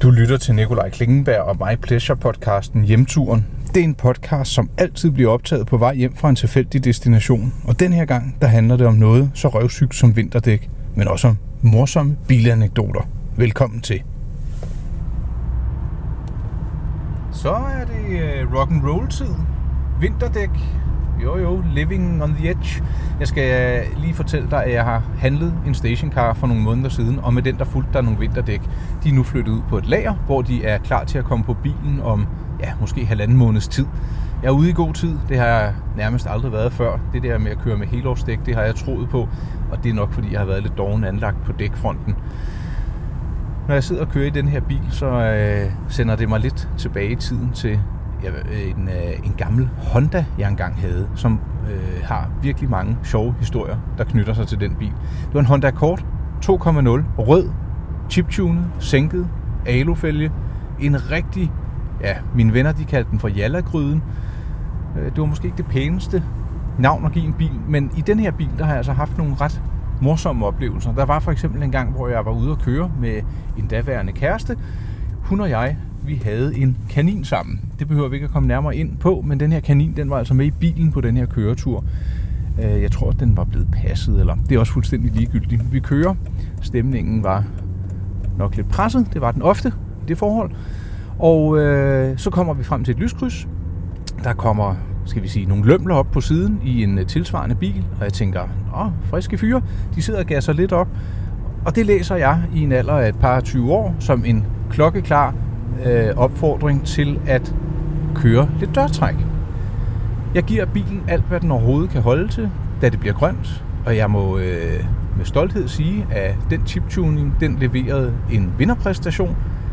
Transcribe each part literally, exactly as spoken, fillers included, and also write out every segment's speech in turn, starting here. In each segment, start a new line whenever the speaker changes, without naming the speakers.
Du lytter til Nikolaj Klingenberg og My Pleasure-podcasten Hjemturen. Det er en podcast, som altid bliver optaget på vej hjem fra en tilfældig destination. Og den her gang, der handler det om noget så røvsygt som vinterdæk, men også om morsomme bilanekdoter. Velkommen til. Så er det rock and roll tid. Vinterdæk. Jo jo, living on the edge. Jeg skal lige fortælle dig, at jeg har handlet en stationcar for nogle måneder siden, og med den der fulgte der nogle vinterdæk. De er nu flyttet ud på et lager, hvor de er klar til at komme på bilen om, ja, måske halvanden måneds tid. Jeg er ude i god tid. Det har jeg nærmest aldrig været før. Det der med at køre med helårsdæk, det har jeg troet på, og det er nok fordi jeg har været lidt doven anlagt på dækfronten. Når jeg sidder og kører i den her bil, så øh, sender det mig lidt tilbage i tiden til ja, en, øh, en gammel Honda, jeg engang havde, som øh, har virkelig mange sjove historier, der knytter sig til den bil. Det var en Honda Accord to komma nul, rød, chiptunet, sænket, alufælge, en rigtig, ja, mine venner de kaldte den for Jalla-gryden. Det var måske ikke det pæneste navn at give en bil, men i den her bil, der har jeg altså haft nogle ret morsomme oplevelser. Der var for eksempel en gang, hvor jeg var ude at køre med en daværende kæreste. Hun og jeg, vi havde en kanin sammen. Det behøver vi ikke at komme nærmere ind på, men den her kanin, den var altså med i bilen på den her køretur. Jeg tror, den var blevet passet, eller det er også fuldstændig ligegyldigt. Vi kører. Stemningen var nok lidt presset. Det var den ofte i det forhold. Og øh, så kommer vi frem til et lyskryds. Der kommer, skal vi sige, nogle lømler op på siden i en tilsvarende bil. Og jeg tænker, åh, friske fyre. De sidder og gasser lidt op. Og det læser jeg i en alder af et par tyve år som en klokkeklar øh, opfordring til at køre lidt dørtræk. Jeg giver bilen alt, hvad den overhovedet kan holde til, da det bliver grønt. Og jeg må øh, med stolthed sige, at den chiptuning, den leverede en vinderpræstation.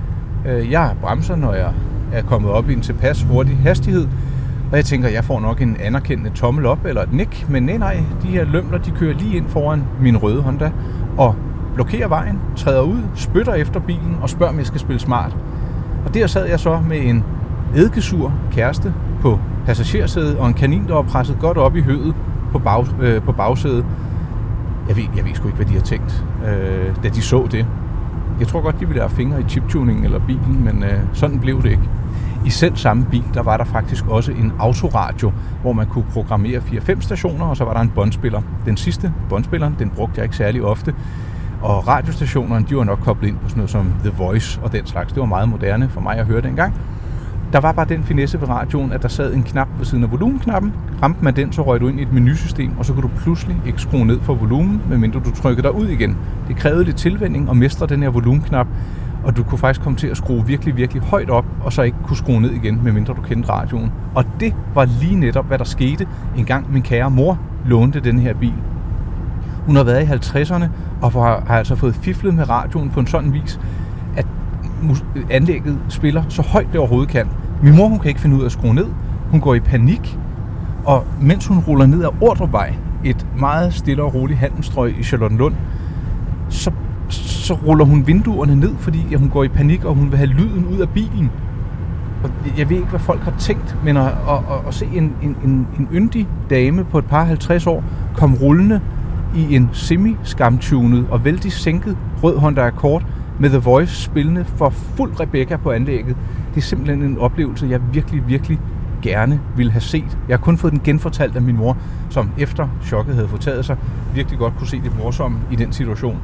Jeg bremser, når jeg er kommet op i en tilpas hurtig hastighed, og jeg tænker, jeg får nok en anerkendende tommel op eller et nik, men nej, nej, de her lømler, de kører lige ind foran min røde Honda og blokerer vejen, træder ud, spytter efter bilen og spørger, om jeg skal spille smart. Og der sad jeg så med en eddikesur kæreste på passagersædet og en kanin, der var presset godt op i høet på, bag, øh, på bagsædet. Jeg ved, jeg ved sgu ikke, hvad de har tænkt, øh, da de så det. Jeg tror godt, de ville have fingre i chiptuningen eller bilen, men øh, sådan blev det ikke. I selv samme bil, der var der faktisk også en autoradio, hvor man kunne programmere fire fem stationer, og så var der en båndspiller. Den sidste, båndspilleren, den brugte jeg ikke særlig ofte. Og radiostationerne, de var nok koblet ind på sådan noget som The Voice og den slags. Det var meget moderne for mig at høre dengang. Der var bare den finesse ved radioen, at der sad en knap ved siden af volumenknappen. Ramte man den, så røg du ind i et menusystem, og så kunne du pludselig ikke skrue ned for volumen, medmindre du trykkede dig ud igen. Det krævede lidt tilvænning at mestre den her volumenknap, og du kunne faktisk komme til at skrue virkelig, virkelig højt op, og så ikke kunne skrue ned igen, medmindre du kendte radioen. Og det var lige netop, hvad der skete, en gang min kære mor lånte den her bil. Hun har været i halvtredserne, og har altså fået fiflet med radioen på en sådan vis, at anlægget spiller så højt det overhovedet kan. Min mor, hun kan ikke finde ud af at skrue ned. Hun går i panik, og mens hun ruller ned ad Ordrupvej, et meget stille og roligt handelsstrøg i Charlottenlund, så, så ruller hun vinduerne ned, fordi ja, hun går i panik, og hun vil have lyden ud af bilen. Og jeg ved ikke, hvad folk har tænkt, men at, at, at, at se en, en, en, en yndig dame på et par halvtreds år komme rullende i en semi-skamtunet og vældig sænket rød Honda Accord med The Voice spillende for fuld Rebecca på anlægget. Det er simpelthen en oplevelse, jeg virkelig, virkelig gerne ville have set. Jeg har kun fået den genfortalt af min mor, som efter chokket havde fortaget sig, virkelig godt kunne se det morsomme i den situation.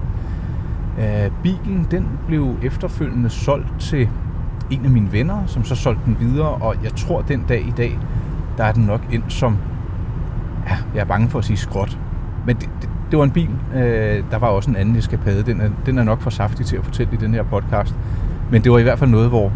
Uh, bilen, den blev efterfølgende solgt til en af mine venner, som så solgte den videre, og jeg tror, den dag i dag, der er den nok ind som, ja, jeg er bange for at sige skrot. Men det, det, det var en bil. Øh, der var også en anden eskapade. Den er, den er nok for saftig til at fortælle i den her podcast. Men det var i hvert fald noget, hvor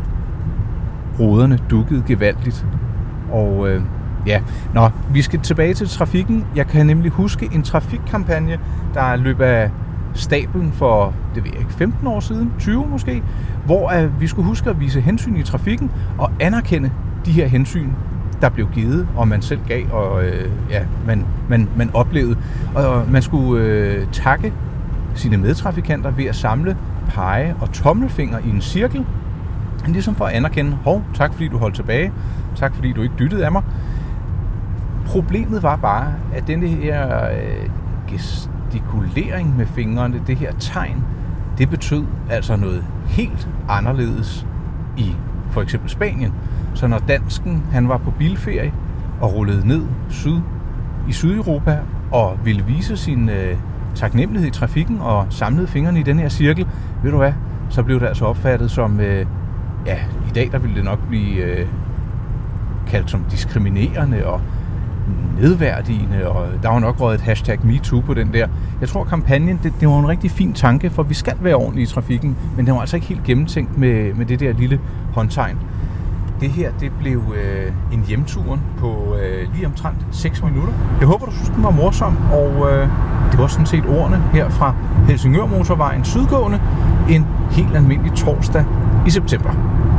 ruderne dukkede gevaldigt. Og øh, ja, nå, vi skal tilbage til trafikken. Jeg kan nemlig huske en trafikkampagne, der løb af stablen for, det ved jeg ikke, femten år siden, tyve måske, hvor øh, vi skulle huske at vise hensyn i trafikken og anerkende de her hensyn, der blev givet, og man selv gav, og øh, ja, man, man, man oplevede. Og man skulle øh, takke sine medtrafikanter ved at samle pege- og tommelfinger i en cirkel, ligesom for at anerkende, hov, tak fordi du holdt tilbage, tak fordi du ikke dyttede af mig. Problemet var bare, at denne her øh, gestikulering med fingrene, det her tegn, det betød altså noget helt anderledes i for eksempel Spanien. Så når dansken han var på bilferie og rullede ned syd i Sydeuropa og ville vise sin øh, taknemmelighed i trafikken og samlede fingrene i den her cirkel, ved du hvad, så blev det altså opfattet som, øh, ja, i dag der ville det nok blive øh, kaldt som diskriminerende og nedværdigende, og der var nok røget et hashtag MeToo på den der. Jeg tror, kampagnen, det, det var en rigtig fin tanke, for vi skal være ordentlige i trafikken, men den var altså ikke helt gennemtænkt med, med det der lille håndtegn. Det her, det blev øh, en hjemturen på øh, lige omtrent seks minutter. Jeg håber, du synes, den var morsom, og øh, det var sådan set ordene her fra Helsingør Motorvejen sydgående en helt almindelig torsdag i september.